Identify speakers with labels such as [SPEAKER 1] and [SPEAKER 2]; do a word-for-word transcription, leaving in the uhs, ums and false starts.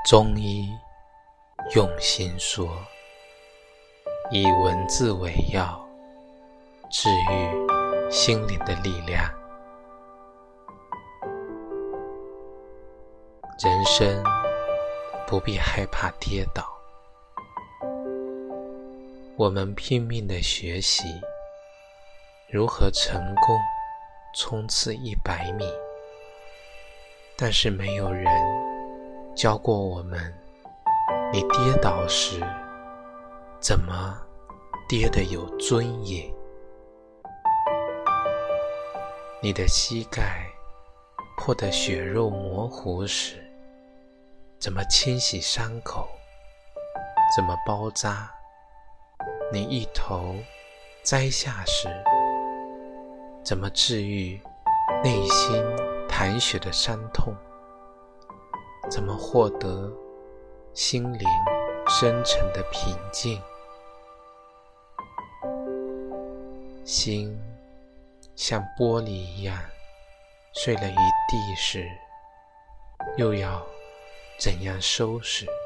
[SPEAKER 1] 中医用心说，以文字为药，治愈心灵的力量。人生不必害怕跌倒，我们拼命地学习如何成功冲刺一百米，但是没有人教过我们，你跌倒时怎么跌得有尊严。你的膝盖破得血肉模糊时，怎么清洗伤口，怎么包扎。你一头栽下时，怎么治愈内心淌血的伤痛，怎么获得心灵深沉的平静。心像玻璃一样碎了一地时，又要怎样收拾？